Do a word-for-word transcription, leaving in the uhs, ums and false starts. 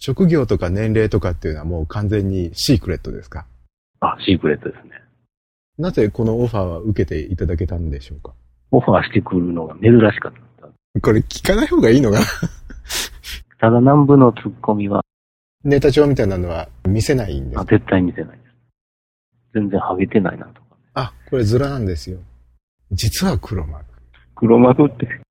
職業とか年齢とかっていうのはもう完全にシークレットですか？ あ、シークレットですね。 なぜこのオファーは受けていただけたんでしょうか？ オファーしてくるのが珍しかった。 これ聞かない方がいいのかなただ南部のツッコミは、 ネタ帳みたいなのは見せないんですか？ あ、絶対見せないです。全然ハゲてないなとか。 あ、これズラなんですよ。実は黒幕。 黒幕って